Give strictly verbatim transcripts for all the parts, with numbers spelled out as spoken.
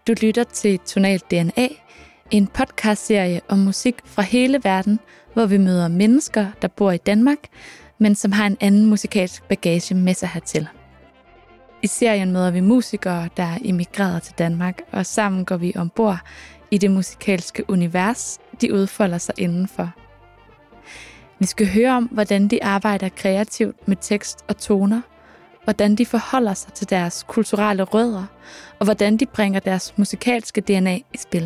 Du lytter til Tonal D N A, en podcastserie om musik fra hele verden, hvor vi møder mennesker, der bor i Danmark, men som har en anden musikalsk bagage med sig hertil. I serien møder vi musikere, der er emigreret til Danmark, og sammen går vi ombord i det musikalske univers, de udfolder sig indenfor. Vi skal høre om, hvordan de arbejder kreativt med tekst og toner, hvordan de forholder sig til deres kulturelle rødder, og hvordan de bringer deres musikalske D N A i spil.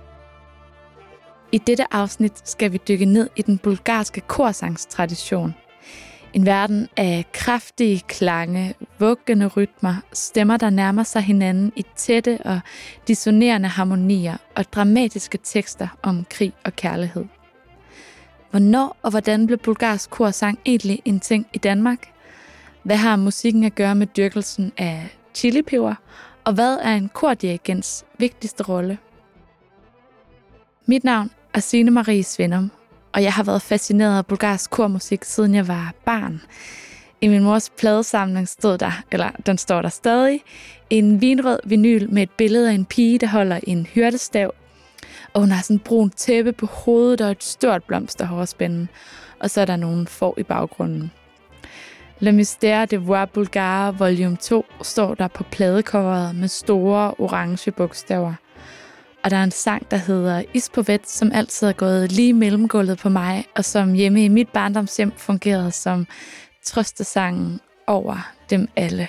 I dette afsnit skal vi dykke ned i den bulgarske korsangstradition. En verden af kraftige klange, vuggende rytmer, stemmer, der nærmer sig hinanden i tætte og dissonerende harmonier og dramatiske tekster om krig og kærlighed. Hvornår og hvordan blev bulgarsk korsang egentlig en ting i Danmark? Hvad har musikken at gøre med dyrkelsen af chilipeber? Og hvad er en kordirigents vigtigste rolle? Mit navn er Signe Marie Svendum, og jeg har været fascineret af bulgarsk kormusik, siden jeg var barn. I min mors pladesamling stod der, eller den står der stadig, en vinrød vinyl med et billede af en pige, der holder en hyrdestav, og hun har sådan en brun tæppe på hovedet og et stort blomsterhårspænde, og så er der nogle får i baggrunden. Le Mystère de Voix Bulgare volume to står der på pladecoveret med store orange bogstaver. Og der er en sang, der hedder Is på vet, som altid er gået lige mellem gulvet på mig, og som hjemme i mit barndomshjem fungerede som trøstesangen over dem alle.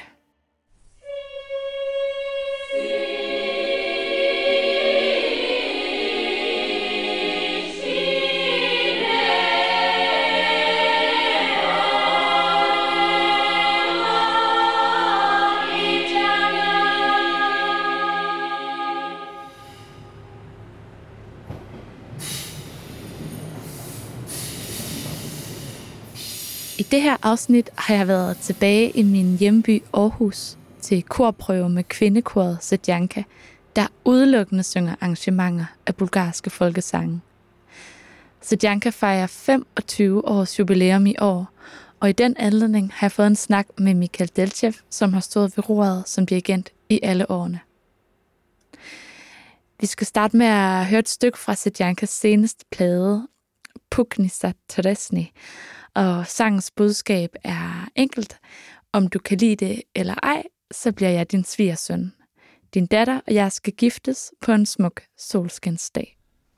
I det her afsnit har jeg været tilbage i min hjemby Aarhus til korprøve med kvindekoret Sedjanka, der udelukkende synger arrangementer af bulgarske folkesange. Sedjanka fejrer femogtyve års jubilæum i år, og i den anledning har jeg fået en snak med Michael Delchev, som har stået ved roret som dirigent i alle årene. Vi skal starte med at høre et stykke fra Sedjankas seneste plade, Puknisa Tresni. Og sangens budskab er enkelt. Om du kan lide det eller ej, så bliver jeg din svigersøn. Din datter og jeg skal giftes på en smuk solskinsdag.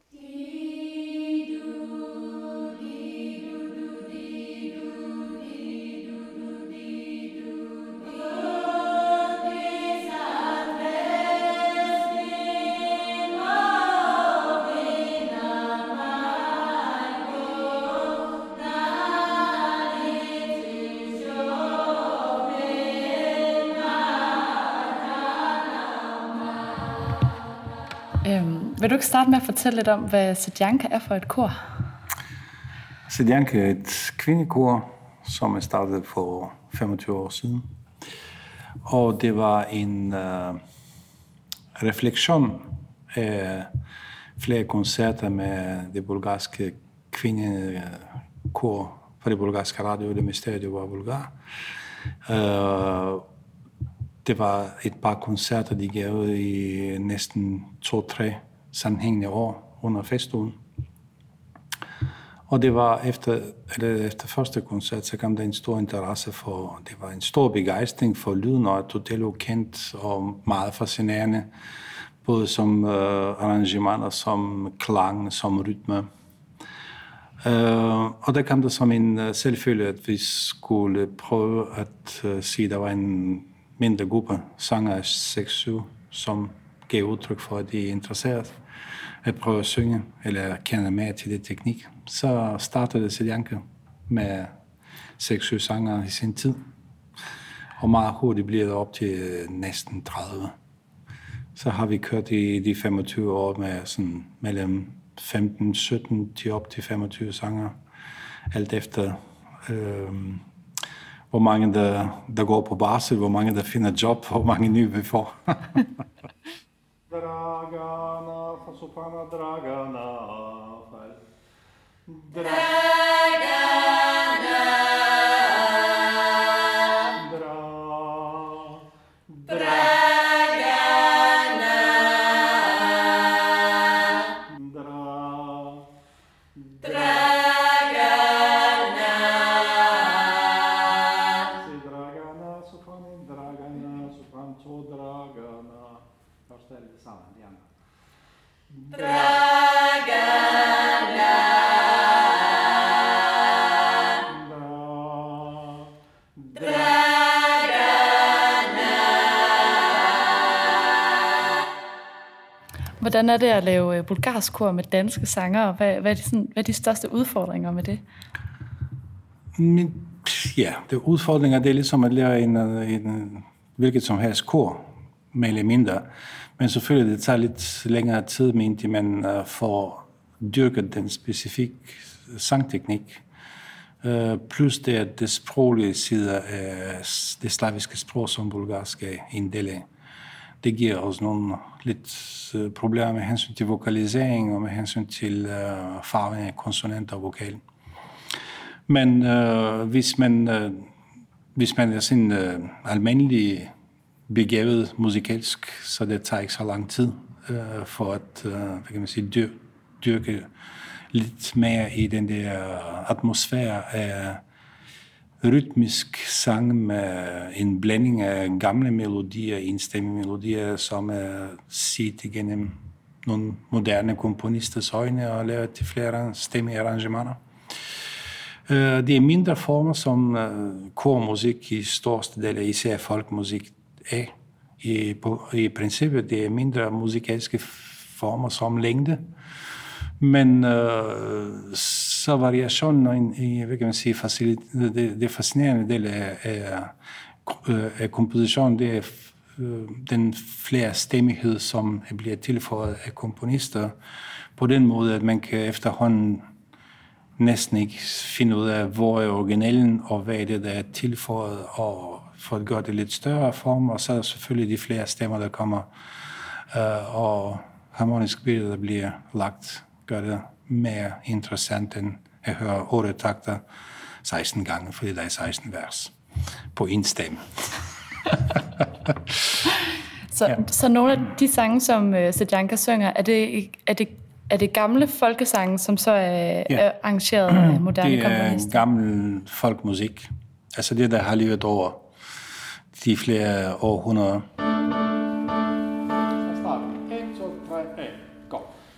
Øhm, vil du ikke starte med at fortælle lidt om, hvad Sedjanka er for et kor? Sedjanka er et kvindekor, som er startet for femogtyve år siden. Og det var en uh, refleksion af flere koncerter med det bulgarske kvindekor på det bulgarske radio, Le Mystère de Voix Bulgare. Uh, Det var et par koncerter, de gav i næsten to-tre sammenhængende år under festugen. Og det var efter, eller efter første koncert, så kom der en stor interesse for, det var en stor begejstring for lyden, og Totello kendt og meget fascinerende, både som uh, arrangementer, som klang, som rytme. Uh, og der kom der som en uh, selvfølge, at vi skulle prøve at uh, sige, at der var en mindre gruppe, sanger af seks syv, som gav udtryk for, at de er interesseret at prøve at synge, eller kende mere til det teknik. Så startede Sedjanka med seks syv sanger i sin tid, og meget hurtigt bliver det op til næsten tredive. Så har vi kørt i de femogtyve år med sådan mellem femten sytten til op til femogtyve sanger, alt efter øh, hvor mange der, der går på barsel, hvor mange der finder job, hvor mange nye vi får. Dragana, for soprano, Dragana, Dragana, Dra, Dragana, Hvordan er det at lave bulgarsk kor med danske sangere? Hvad, hvad, er de sådan, hvad er de største udfordringer med det? Men, ja, det udfordringer det er ligesom at lære en, en hvilket som helst kor, mere eller mindre. Men selvfølgelig, det tager lidt længere tid, indtil man uh, får dyrket den specifikke sangteknik. Uh, plus det, at det sproglige side af det slaviske sprog, som bulgarsk er en del af. Det giver os nogle lidt uh, problemer med hensyn til vokalisering og med hensyn til uh, farven af konsonanter og vokal. Men uh, hvis man uh, hvis man er sådan uh, almindelig begavet musikalsk, så det tager ikke så lang tid uh, for at uh, hvad kan man sige, dyr, dyrke lidt mere i den der atmosfære af rytmisk sang med en blanding af gamle melodier, enstemmige som er set igennem nogle moderne komponisters øjne og lavet til flere stemmearrangementer. Uh, det er mindre former som uh, kormusik i største del af især folkmusik er. I, på, I princippet det er mindre musikalske former som længde, men uh, så variationen i, hvad kan man sige, facil- det, det fascinerende del af, af, af kompositionen, det er uh, den flere stemmighed, som bliver tilføjet af komponister, på den måde, at man kan efterhånden næsten ikke finde ud af, hvor er originalen, og hvad er det, der er tilføjet, og for at gøre det lidt større form, og så er der selvfølgelig de flere stemmer, der kommer, uh, og harmonisk billede, der bliver lagt, gør det mere interessant, end at høre otte takter seksten gange, fordi der er seksten vers på en stemme. så, ja. så nogle af de sange, som uh, Sedjanka synger, er det, er det Er det gamle folkesange, som så er, ja. er arrangeret af moderne komponister? Det er gammel folkmusik. Altså det, der har levet over de flere århundreder. et, to, tre, gå.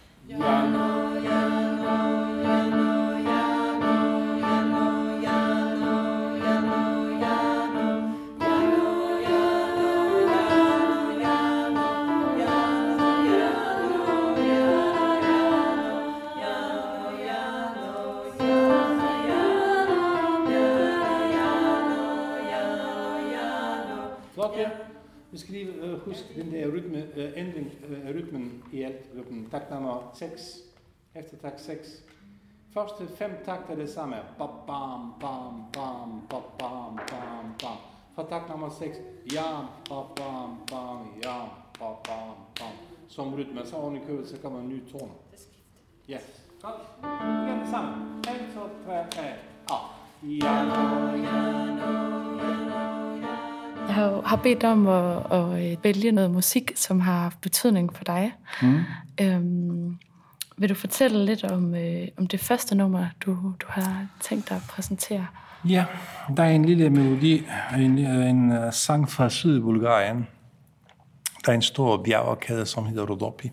Vi skal lige uh, huske den der rytme, uh, ændring af uh, rytmen i alt rytmen. Takt nummer seks, efter takt seks. Første fem takter det samme. Bam, bam, bam, bam, bam, bam, bam, bam. Fra takt nummer seks, ja, bam, bam, bam, ja, bam, bam, bam. Som rytme, så oven i købet, så kommer en ny tone. Det skifter. Yes. Godt. Igen det samme. et, to, tre, ah. Ja, no, ja, no, ja, no. Jeg har, har bedt om at, at vælge noget musik, som har haft betydning for dig. Mm. Øhm, vil du fortælle lidt om, øh, om det første nummer, du, du har tænkt dig at præsentere? Ja, der er en lille melodi, en, en uh, sang fra Sydbulgarien. Der er en stor bjergkæde, som hedder Rodopi.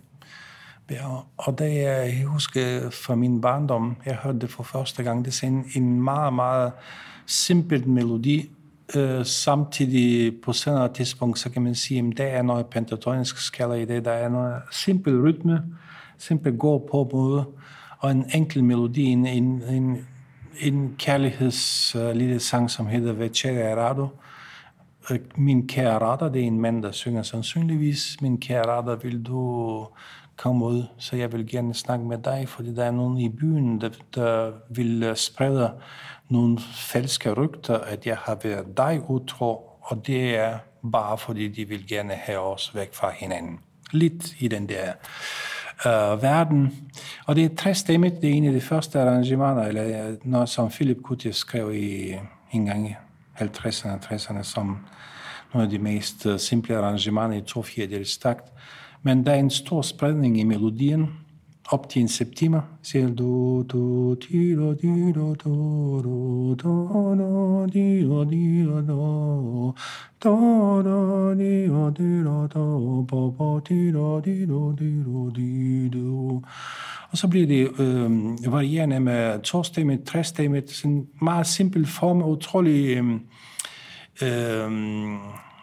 Og det er, jeg husker fra min barndom, jeg hørte det for første gang, det er en, en meget, meget simpel melodi. Uh, samtidig på senere tidspunkt, så kan man sige, at der er noget pentatonisk skala i det, der er noget simpel rytme, simpel gå på måde, og en enkel melodi, en, en, en, en kærligheds uh, lille sang, som hedder Večera Rado. Uh, min kære Rada, det er en mand, der synger sandsynligvis, min kære Rada, vil du komme ud, så jeg vil gerne snakke med dig, fordi der er nogen i byen, der, der vil sprede nogle falske rygter, at jeg har været dig utro, og det er bare fordi, de vil gerne have os væk fra hinanden. Lidt i den der uh, verden. Og det er trestemmet, det er en af de første arrangementer, eller noget, som Philip Kutis skrev i en gang i halvtredserne og tresserne, som nogle af de mest uh, simple arrangementer i to fjerdedels takt. Men der er en stor spredning i melodien, op til en septimer, siger du, du, di, do, di, do, do, do, do, do, di, do, di, do, do, do, do, di, do, di, do, do, bo, bo, di, do, di, do, di, do, di, do. Og så bliver det øh, varierende med tostemmet, trestemmet, sådan en meget simpel form, utrolig øh, øh,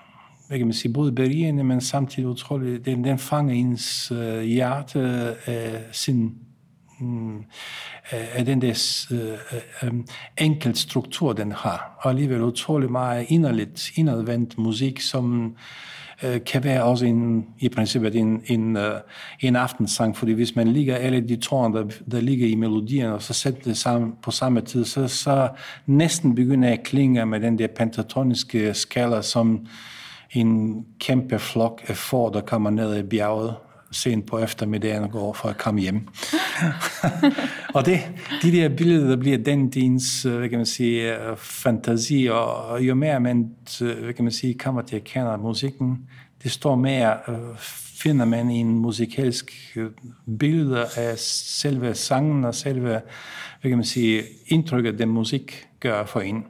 hvad kan man sige, både berigende, men samtidig utroligt, den, den fanger ens øh, hjerte af sin, mm, af den der øh, øh, enkelt struktur, den har. Og alligevel utroligt meget inderligt, indadvendt musik, som øh, kan være også en, i princippet en, en, øh, en aftensang, fordi hvis man ligger alle de tårne, der, der ligger i melodien, og så sætter det sammen på samme tid, så, så næsten begynder at klinge med den der pentatoniske skala, som en kæmpe flok af får, der kommer ned i bjerget sent på eftermiddagen og går for at komme hjem. Og det, de der billeder, der bliver den dins, hvad kan man sige, fantasi, og jo mere man, hvad kan man sige, kommer til at kende musikken, det står mere, finder man en musikalsk billede af selve sangen og selve, hvad kan man sige, indtrykket, den musik gør for en.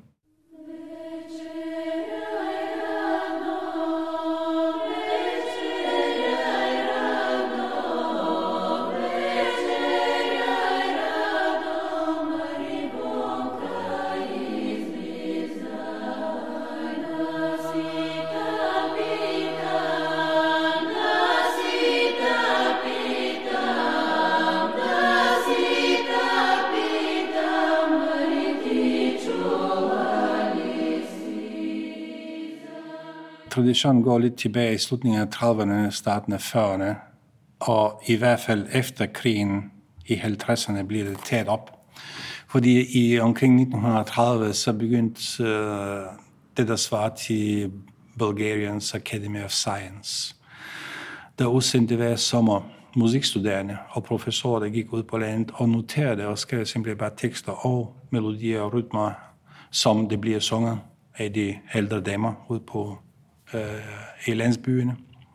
Traditionen går lidt tilbage i slutningen af trediverne, starten af fyrrerne, og i hvert fald efter krigen i halvtredserne bliver det taget op. Fordi i omkring nitten tredive, så begyndte uh, det, der svarer til Bulgarians Academy of Science, der udsendte hver sommer musikstuderende og professorer, der gik ud på landet og noterede og skrev simpelthen bare tekster og melodier og rytmer, som det bliver sunget af de ældre damer ud på i landsbyerne.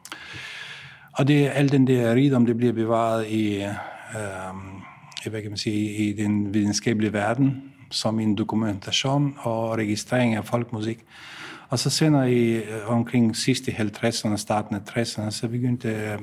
Og det er al den der rigdom, det bliver bevaret i, øh, hvad kan man sige, i den videnskabelige verden, som en dokumentation og registrering af folkmusik. Og så sender I omkring sidste halvtredserne, starten af tresserne, så begyndte øh,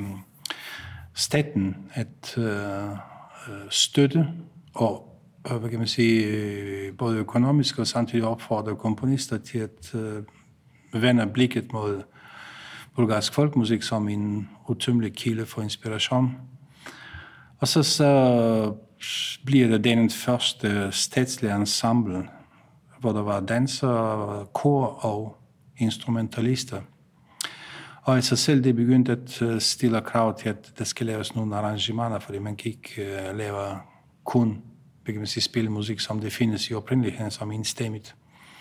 staten at øh, støtte og, hvad kan man sige, både økonomisk og samtidig opfordre komponister til at øh, vender blikket mod bulgarsk folkmusik som en utømmelig kilde for inspiration. Og så, så bliver det den første statslige ensemble, hvor der var dansere, kor og instrumentalister. Og i sig selv det begyndte at stille krav til, at der skal laves nogle arrangementer, fordi man kan ikke uh, lave kun, kan man sige, spillemusik, som det findes i oprindeligheden, som enstemmigt.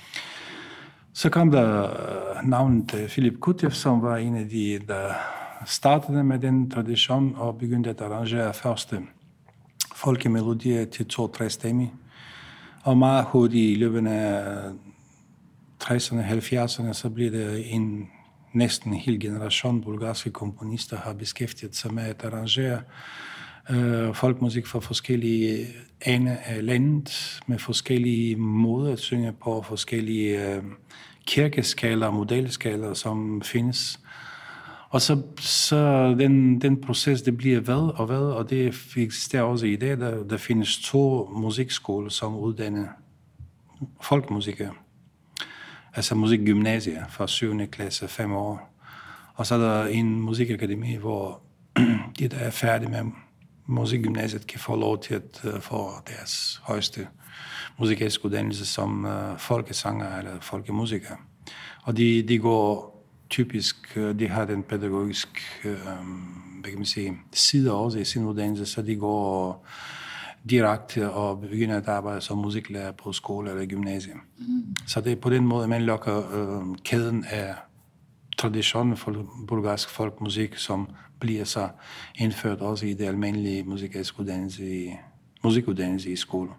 Så kom der navnet Filip Kutev, som var en af de, der startede med den tradition og begyndte at arrangere første folkemelodier til to-tre stemmer. Og meget hurtigt i løbet af tresserne, halvfjerdserne, så blev det en næsten en hel generation bulgarske komponister har beskæftiget sig med at arrangere øh, folkmusik fra forskellige ender af landet, med forskellige måder at synge på, forskellige øh, kirkeskaler og modelskaler, som findes. Og så, så den, den proces, det bliver hvad og hvad, og det eksisterer også i dag. Der, der findes to musikskoler, som uddanner folkmusikere. Altså musikgymnasier fra syvende klasse, fem år. Og så er der en musikakademi, hvor de, der er færdige med musikgymnasiet, kan få lov til at uh, få deres højeste musikalske uddannelse som uh, folkesanger eller folkemusikere. Og de, de går typisk, uh, de har den pædagogisk uh, hvad kan man sige, side også i sin uddannelse, så de går direkte og begynder at arbejde som musiklærer på skole eller gymnasium. Mm. Så det er på den måde, man lukker uh, kæden af traditionen for bulgarsk folkmusik, som bliver så indført også i det almindelige musikalske uddannelse i, musikuddannelse i skole.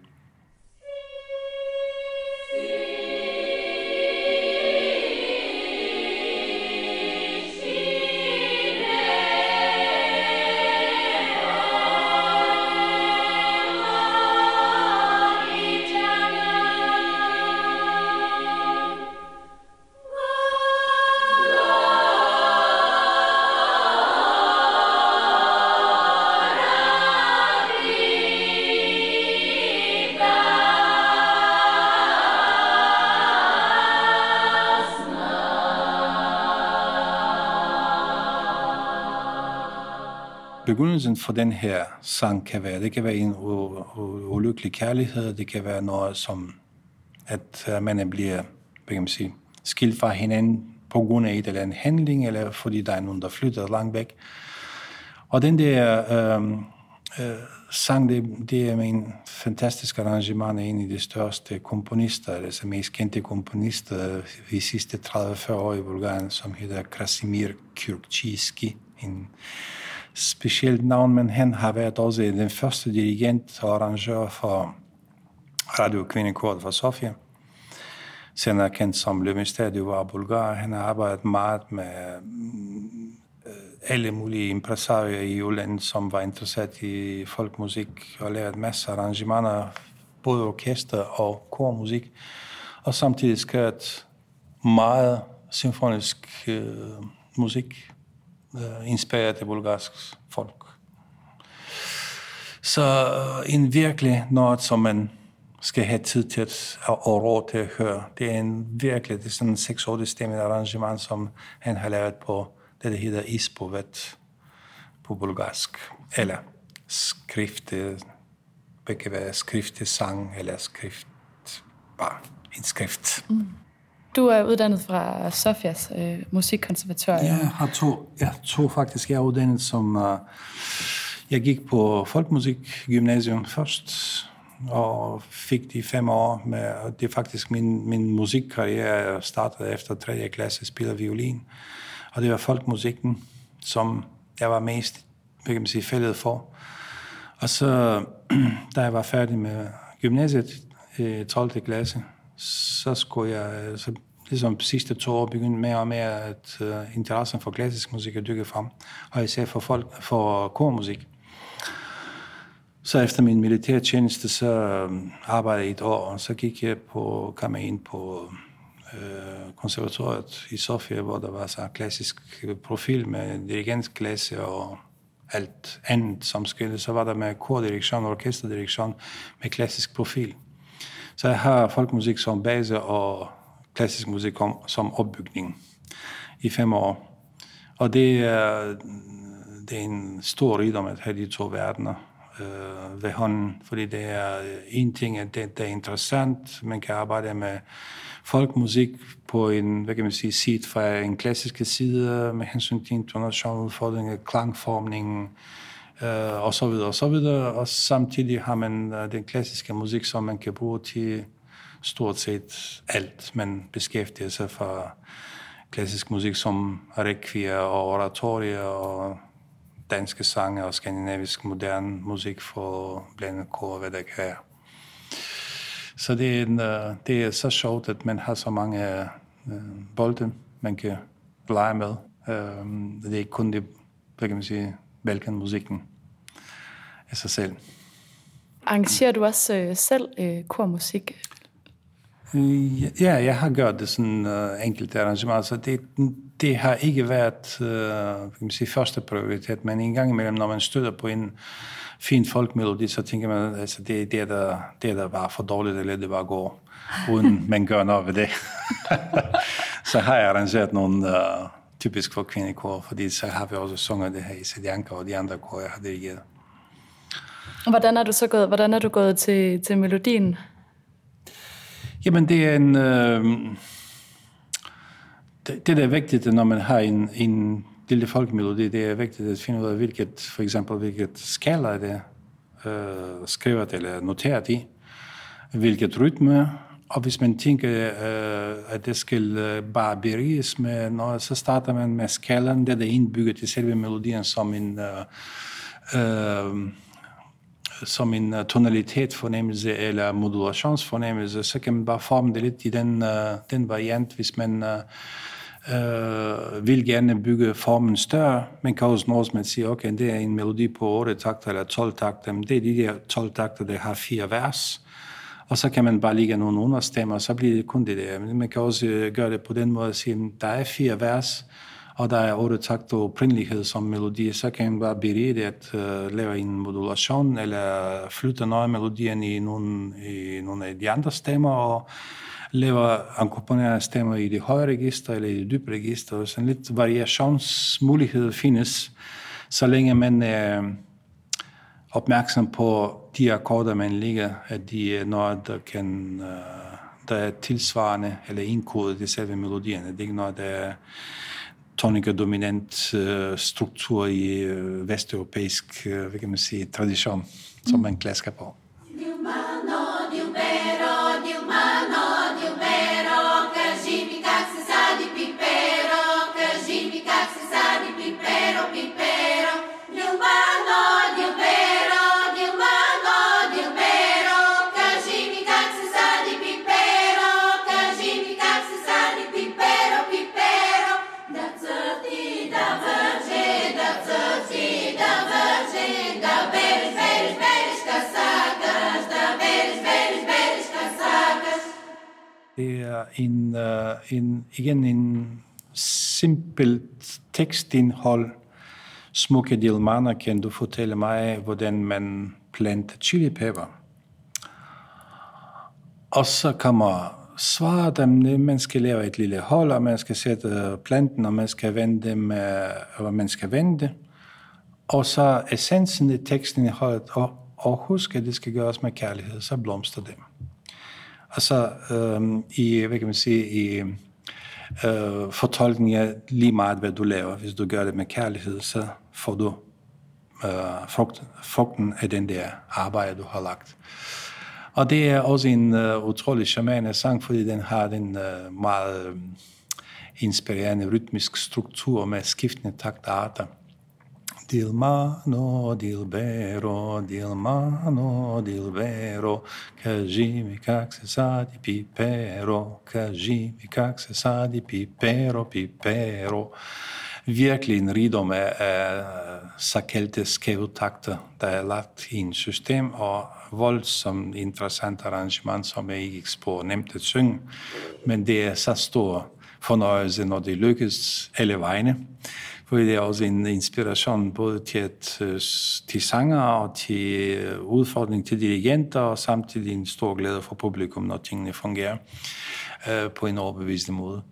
begyndelsen for den her sang kan være, det kan være en u- u- ulykkelig kærlighed, det kan være noget som, at man bliver, hvad kan man sige, skilt fra hinanden på grund af et eller andet handling, eller fordi der er nogen, der flytter langt væk. Og den der øh, øh, sang, det, det er en fantastisk arrangement af en af de største komponister, altså mest kendte komponister de sidste tredive til fyrre år i Bulgarien, som hedder Krasimir Kyrgyzsky. En specielt navn, men han har været også den første dirigent og arrangør for Radio Kvindekoret fra Sofia. Så han er kendt som Le Mystère du Roi Bulgar. Han har arbejdet meget med alle mulige impresarier i udlandet, som var interesseret i folkmusik og lavet masser af arrangementer, både orkester og kormusik, og samtidig skrevet meget symfonisk øh, musik, øh, inspireret af bulgarsk folk. Så øh, en virkelig noget, som man skal have tid til at, og råd til at høre. Det er en virkelig, det er sådan en seks-otte stemmet arrangement, som han har lavet på det, der hedder ispovet på bulgarsk, eller skrifte, det kan være skriftesang, eller skrift, bare en skrift. Mm. Du er uddannet fra Sofias øh, musikkonservatorium. Jeg har to, jeg tog faktisk, jeg er uddannet som, uh, jeg gik på folkemusikgymnasium først, og fik de fem år med, og det er faktisk min, min musikkarriere startede efter tredje klasse, spiller violin. Og det var folkmusikken, som jeg var mest, hvad kan man sige, fældet for. Og så, da jeg var færdig med gymnasiet i tolvte klasse, så skulle jeg, så ligesom sidste to år, begynde mere og mere, at uh, interessen for klassisk musik er dykket frem, og især for, folk, for kormusik. Så efter min militærtjeneste, så arbejdede jeg et år, og så gik jeg på, kom jeg ind på øh, konservatoriet i Sofia, hvor der var så klassisk profil med dirigentklasse og alt andet som skilte. Så var der med kordirektion og orkesterdirektion med klassisk profil. Så jeg har folkemusik som base og klassisk musik som opbygning i fem år. Og det er, det er en stor rigdom at have de to verdener øh, ved hånden, fordi det er en ting, at det, det er interessant. Man kan arbejde med folkmusik på en, hvad kan man sige, side fra en klassiske side med hensyn til intonation, udfordringer, klangformningen øh, og så videre og så videre. Og samtidig har man øh, den klassiske musik, som man kan bruge til stort set alt. Man beskæftiger sig fra klassisk musik som requiem og oratorier og danske sange og skandinavisk moderne musik for blandet kor, hvad der kan være. Så det er, en, det er så sjovt, at man har så mange uh, bolde, man kan lege med. Uh, det er ikke kun det, hvad kan man sige, Balkanmusikken af sig selv. Arrangerer du også uh, selv uh, kormusik? Ja, jeg har gjort det sådan uh, enkelte arrangementer, så det, det har ikke været uh, kan man sige, første prioritet, men en gang imellem, når man støder på en fin folkmelodi, så tænker man, altså det, det, er der, det er der bare for dårligt, eller det bare går, uden man gør noget ved det. Så har jeg arrangeret nogle uh, typisk for kvindekor, fordi så har vi også sunget det her i Sedjanka og de andre kor, jeg har dirigeret. Hvordan er du så gået, hvordan er du gået til, til melodien? Jamen, det er en... Øh, det, det, der er vigtigt, når man har en, en lille folkemelodi, det er vigtigt at finde ud af, hvilket, for eksempel, hvilket skala er det øh, skrevet eller noteret i, hvilket rytme, og hvis man tænker, øh, at det skal øh, bare beriges med noget, så starter man med skalaen, det der er indbygget i selve melodien som en... Øh, øh, som en tonalitetsfornemmelse eller modulationsfornemmelse, så kan man bare forme det lidt i den, uh, den variant, hvis man uh, uh, vil gerne bygge formen større. Man kan også nå, man siger, okay, det er en melodi på otte takter eller tolv takter, men det er de der tolv takter, der har fire vers, og så kan man bare lægge nogle understemmer, så bliver det kun det der. Men man kan også gøre det på den måde at sige, at der er fire vers, og der er otte takter oprindelighed som melodi, så kan man bare berige det at uh, lave en modulation, eller flytte noget af melodien i nogle, i nogle af de andre stemmer, og lave akkompagnerende stemmer i det høje register, eller i det dybe register. Så en lidt variationsmulighed findes så længe man er opmærksom på de akkorder, man ligger, at de er noget, der kan, der er tilsvarende eller indkodet i selve melodierne. Det er ikke noget, der er tonika-dominant uh, struktur i uh, vesteuropæisk uh, hvad kan man sige, tradition, som man klasker på. Det er en, uh, en, igen en simpelt tekstindhold. Smukke Dilmana, kan du fortælle mig, hvordan man planter chilipepper? Og så kommer svaret, at man skal lave et lille hold, og man skal sætte planten, og man skal vende dem, og man skal vende. Og så essensen i tekstindholdet, og, og husk, at det skal gøres med kærlighed, så blomster det. Altså, øhm, i, hvad kan man sige, i øh, fortolkningen lige meget, hvad du laver. Hvis du gør det med kærlighed, så får du øh, frugt, frugten af den der arbejde, du har lagt. Og det er også en uh, utrolig charmerende sang, fordi den har den uh, meget uh, inspirerende rytmisk struktur med skiftende taktarter. Dilmano, dilbero, dilmano, dilbero, kaži mi kak se sadi pipero, kaži mi kak se sadi pipero, pipero. Virkelig en rigdom af, af såkaldte skæve takter, der er lagt i en system, og voldsomt interessant arrangement, som er ikke spor nemt at synge, men det er så stor fornøjelse, når det lykkes alle vegne. For det er også en inspiration både til, at, til sanger og til udfordring til dirigenter, og samtidig en stor glæde for publikum, når tingene fungerer uh, på en overbevisende måde.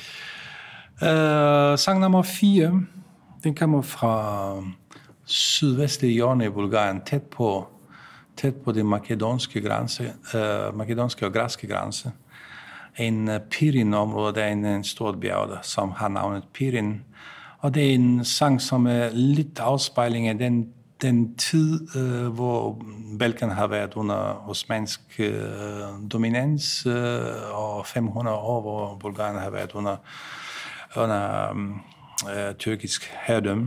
Uh, sang nummer fire, den kommer fra sydvestlige hjørne i Bulgarien, tæt på, tæt på det makedonske grænse, uh, makedonske og græske grænse. En uh, Pirin-område, der er en, en stort bjerg, der, som har navnet Pirin. Og det er en sang, som er lidt afspejling af den, den tid, uh, hvor Balkan har været under osmansk uh, dominans, uh, og fem hundrede år, hvor Bulgarien har været under under um, uh, tyrkisk herredømme.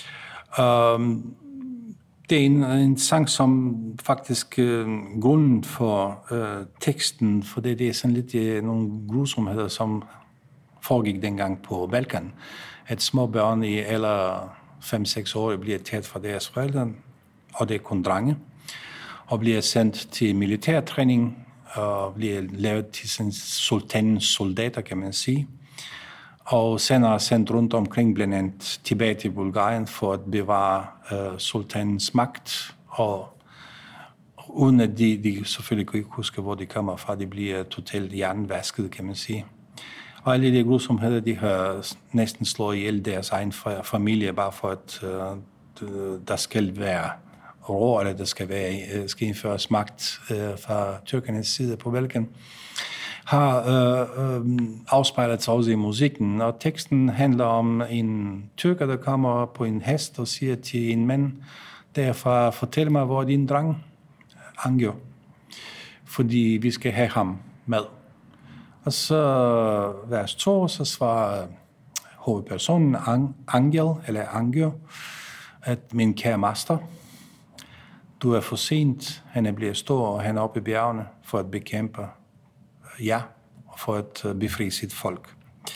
Um, det er en, en sang, som faktisk uh, grunden for uh, teksten, for det, det er sådan lidt uh, nogle grusomheder, som foregik dengang på Balkan. At små børn i eller fem seks år bliver taget fra deres forældre, og det er kun drenge, og bliver sendt til militærtræning, og bliver lavet til sådan sultanens soldater, kan man sige. Og senere sendt rundt omkring, blandt andet tilbage til Bulgarien, for at bevare uh, sultanens magt, og uden at de, de selvfølgelig ikke huske, hvor de kommer fra, de bliver totalt hjernevasket, kan man sige. Og alle de grusomheder, de har næsten slået ihjel deres egen familie, bare for at uh, der skal være ro, eller der skal, være, uh, skal indføres magt uh, fra tyrkernes side på Balkan, har øh, øh, afspejlet sig også i musikken. Og teksten handler om en tyrker, der kommer på en hest og siger til en mand, derfra, fortæl mig, hvor er din dreng? Angio. Fordi vi skal have ham med. Og så vers to, så svarer hovedpersonen Angel, eller Angio, at min kære master, du er for sent, han er blevet stor, og han er oppe i bjergene for at bekæmpe ja, for at befri sit folk.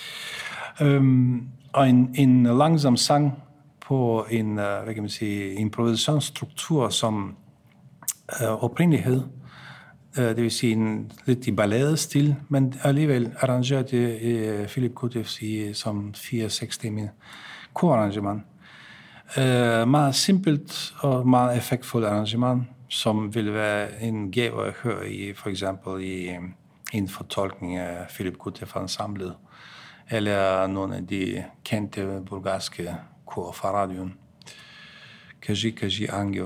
Um, og en, en langsom sang på en, uh, hvad kan man sige, improvisationsstruktur som uh, oprindelighed, uh, det vil sige en lidt i balladestil, men alligevel arrangeret det uh, Philip Kutevs i som fire-seks stemme korarrangement. Uh, meget simpelt og meget effektfuldt arrangement, som vil være en gave at høre i, for eksempel i en fortolkning af Philip Kutev-ensemblet, eller nogle af de kendte bulgarske kor fra radioen. Kaji Kaji Angio.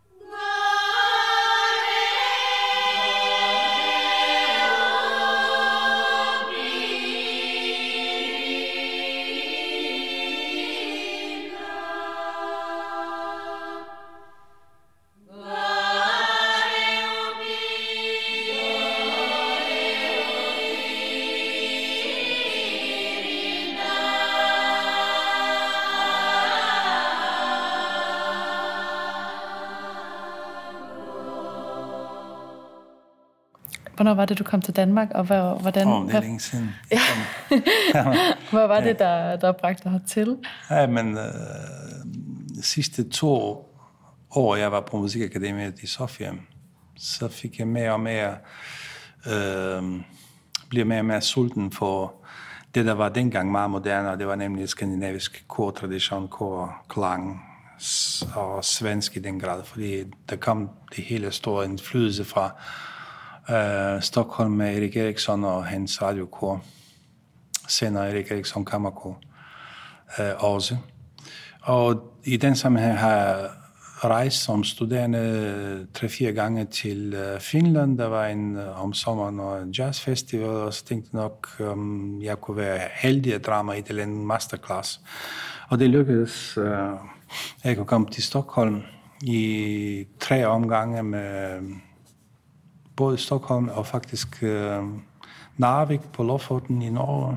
Hvornår var det, du kom til Danmark, og hvordan... Åh, oh, det er længe siden. Ja. Hvad var det, der, der bragte dig hertil? Ja, men øh, de sidste to år, jeg var på Musikakademiet i Sofia, så fik jeg mere og mere, øh, blev mere og mere sulten for det, der var dengang meget moderne, og det var nemlig skandinavisk kortradition, korklang og svensk i den grad, fordi der kom det hele store indflydelse fra Uh, Stockholm med Erik Eriksson og hans radiokor. Senere Erik Eriksson Kammerkor uh, også. Og i den sammenhæng har jeg rejst som studerende tre-fire gange til uh, Finland. Der var en uh, om sommeren og en jazzfestival, og så tænkte jeg nok, um, jeg kunne være heldig at drage mig i et eller andet masterclass. Og det lykkedes. Uh, jeg kunne komme til Stockholm i tre omgange med både Stockholm og faktisk øh, Narvik på Lofoten i Norge,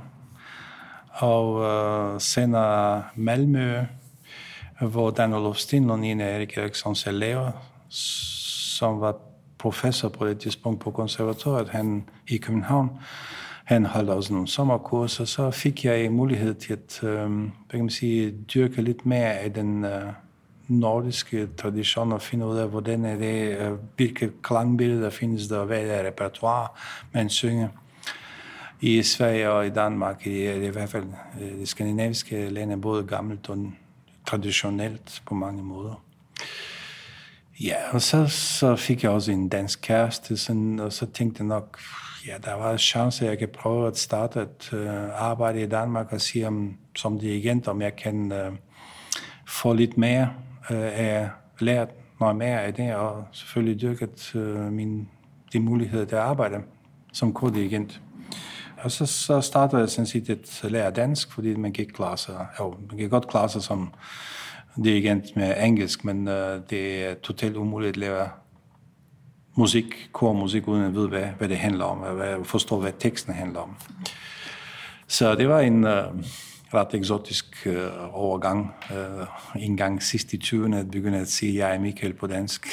og øh, senere Malmø, hvor Dan Olof Stenlund, en af Erik Erikssons elever, som var professor på det tidspunkt på konservatoriet han, i København, han holdt også nogle sommerkurser, så fik jeg mulighed til at øh, hvad kan man sige, dyrke lidt mere af den øh, nordiske tradition og finde ud af, hvordan er det, hvilke klangbilleder findes der, hvad er repertoire, man synger. I Sverige og i Danmark, i, i hvert fald det skandinaviske lande, både gammelt og traditionelt på mange måder. Ja, og så, så fik jeg også en dansk kæreste, sådan, og så tænkte jeg nok, ja, der var en chance, at jeg kan prøve at starte at uh, arbejde i Danmark og sige, om, som dirigent, om jeg kan uh, få lidt mere af lært noget mere af det, og selvfølgelig dyrket øh, min, de muligheder, der arbejder som kordirigent. Og så, så startede jeg sådan set at lære dansk, fordi man kan ikke klare sig, jo, man kan godt klare sig som dirigent med engelsk, men øh, det er totalt umuligt at lære musik, kormusik, uden at vide, hvad, hvad det handler om, og hvad, forstå, hvad teksten handler om. Så det var en øh, ret eksotisk øh, overgang. Øh, en gang sidst i tyverne at begynde at sige, jeg er Michael på dansk.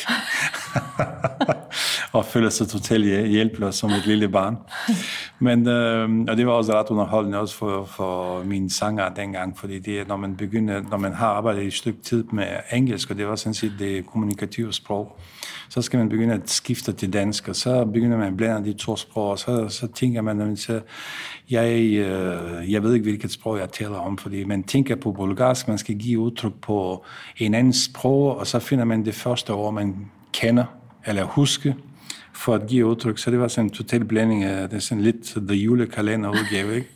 Og føler sig totalt hjælpeløs som et lille barn. Men, øh, og det var også ret underholdende også for, for mine sanger dengang, fordi det, når man begynder, når man har arbejdet et stykke tid med engelsk, og det var sådan set det kommunikative sprog, så skal man begynde at skifte til dansk, og så begynder man at blande de to sprog, og så, så tænker man, at så, jeg, øh, jeg ved ikke, hvilket sprog jeg taler om, fordi man tænker på bulgarsk, man skal give udtryk på en anden sprog, og så finder man det første ord, man kender, eller huske, for at give udtryk. Så det var sådan en total blanding af, det er sådan lidt The Julekalender udgave, ikke?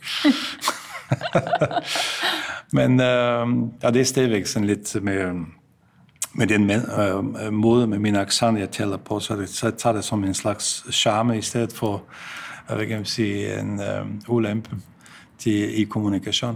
Men, øh, og det er stadigvæk sådan lidt med, med den med, øh, måde, med min accent, jeg taler på, så, det, så tager det som en slags charme, i stedet for, hvad kan man sige, en øh, ulempe til, i kommunikation.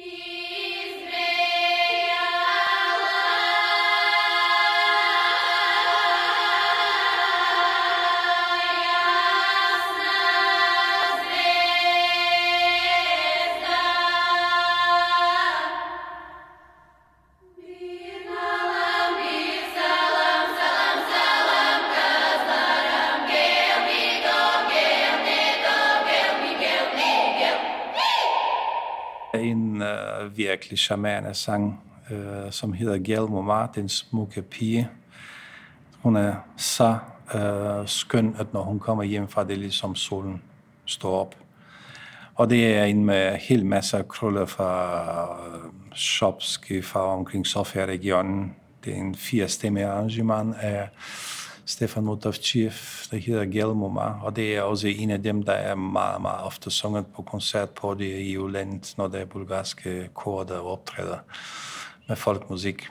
En øh, virkelig charmerende sang, øh, som hedder Gjelm Mar, den smukke pige. Hun er så øh, skøn, at når hun kommer hjem fra det, ligesom solen står op. Og det er en med helt masse af krøller fra øh, Shopski, fra omkring Sofia-regionen. Det er en fire-stemme arrangement af Stefan Motovtjev, der hedder Gjelm Mar, og det er også en af dem, der er meget, meget ofte sunget på koncert på det i E U-landet, når der er bulgarske kor, der optræder med folkmusik.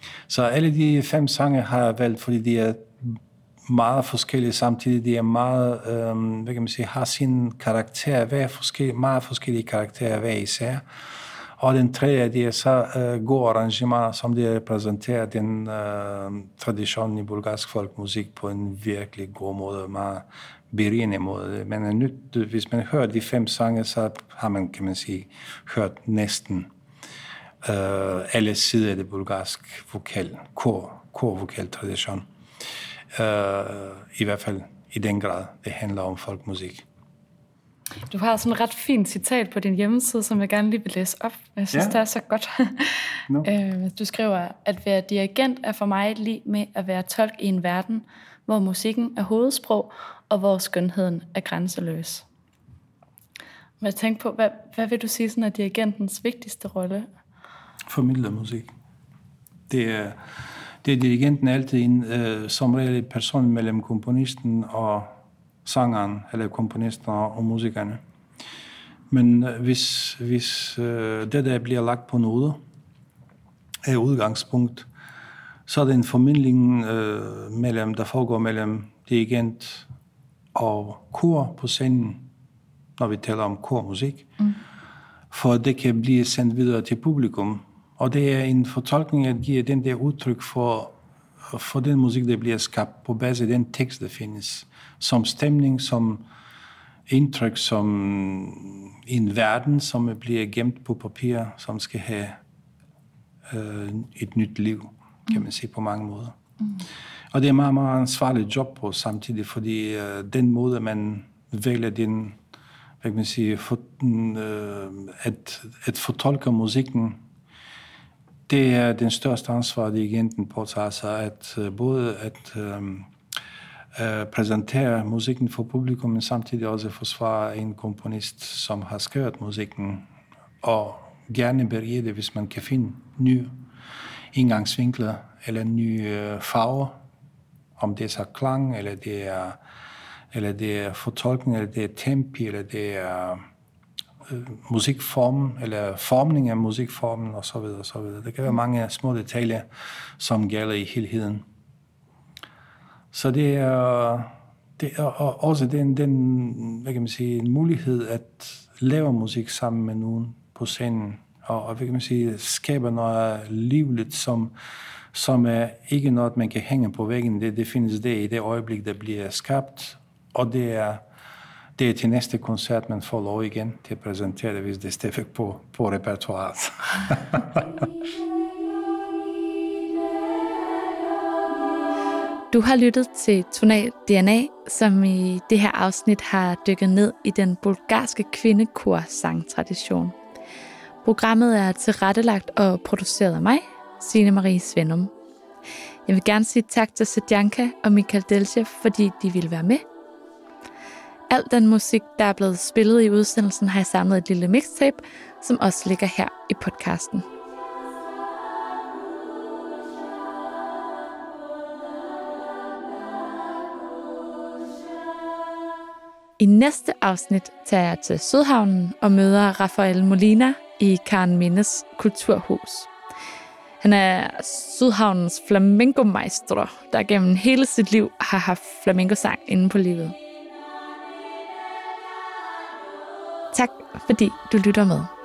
Så alle de fem sange har jeg valgt, fordi de er meget forskellige samtidig. De er meget, øh, hvad kan man sige, har sin karakter, hver forskellige, meget forskellige karakterer hver især. Og den tredje, det er så øh, gode arrangementer, som de repræsenterer den øh, tradition i bulgarsk folkmusik på en virkelig god måde, meget berigende måde. Man er nødt, hvis man hører de fem sange, så har man, kan man sige, hørt næsten øh, alle sider af det bulgarsk vokal, kor, korvokaltradition. Øh, I hvert fald i den grad, det handler om folkmusik. Du har sådan et ret fint citat på din hjemmeside, som jeg gerne lige vil læse op. Jeg synes, ja. Det er så godt. No. Du skriver, at være dirigent er for mig lige med at være tolk i en verden, hvor musikken er hovedsprog, og hvor skønheden er grænseløs. Men jeg tænker på, hvad, hvad vil du sige sådan er dirigentens vigtigste rolle? Formidler musik. Det er, det er dirigenten altid en, øh, som regel person mellem komponisten og sangeren, eller komponisten og musikerne. Men øh, hvis, hvis øh, det der bliver lagt på noder, er udgangspunkt, så er det en formidling, øh, mellem, der foregår mellem dirigent og kor på scenen, når vi taler om kormusik, mm. for det kan blive sendt videre til publikum. Og det er en fortolkning, at give den der udtryk for, for den musik, der bliver skabt på base af den tekst, der findes. Som stemning, som indtryk, som en verden, som bliver gemt på papir, som skal have øh, et nyt liv, kan man sige på mange måder. Mm. Og det er meget, meget ansvarligt job på samtidig, fordi øh, den måde, man vælger den, hvad kan man sige, for, øh, at, at fortolke musikken, det er den største ansvar, dirigenten påtager sig, at øh, både at øh, øh, præsentere musikken for publikum, men samtidig også forsvare en komponist, som har skrevet musikken, og gerne berige det, hvis man kan finde nye indgangsvinkler, eller nye øh, farver, om det er så klang, eller det er, eller det er fortolkning, eller det er tempi, eller det er øh, musikformen, eller formning af musikformen, og så videre, og så videre. Der kan være mange små detaljer, som gælder i helheden. Så det er, det er også den, den, hvad kan man sige, en mulighed at lave musik sammen med nogen på scenen, og, og hvad kan man sige, skaber noget livligt, som som er ikke noget, man kan hænge på væggen. Det, det findes det i det øjeblik, der bliver skabt, og det er, det er til næste koncert, man får lov igen til at præsentere det, hvis det er stadigvæk på, på repertoiret. Du har lyttet til Tonal D N A, som i det her afsnit har dykket ned i den bulgarske kvindekor-sangtradition. Programmet er tilrettelagt og produceret af mig, Signe Marie Svendum. Jeg vil gerne sige tak til Sedjanka og Michael Delchev, fordi de ville være med. Al den musik, der er blevet spillet i udsendelsen, har jeg samlet et lille mixtape, som også ligger her i podcasten. I næste afsnit tager jeg til Sydhavnen og møder Rafael Molina i Karen Mindes Kulturhus. Han er Sydhavnens flamenco-maestro, der gennem hele sit liv har haft flamenco-sang inde på livet. Tak fordi du lytter med.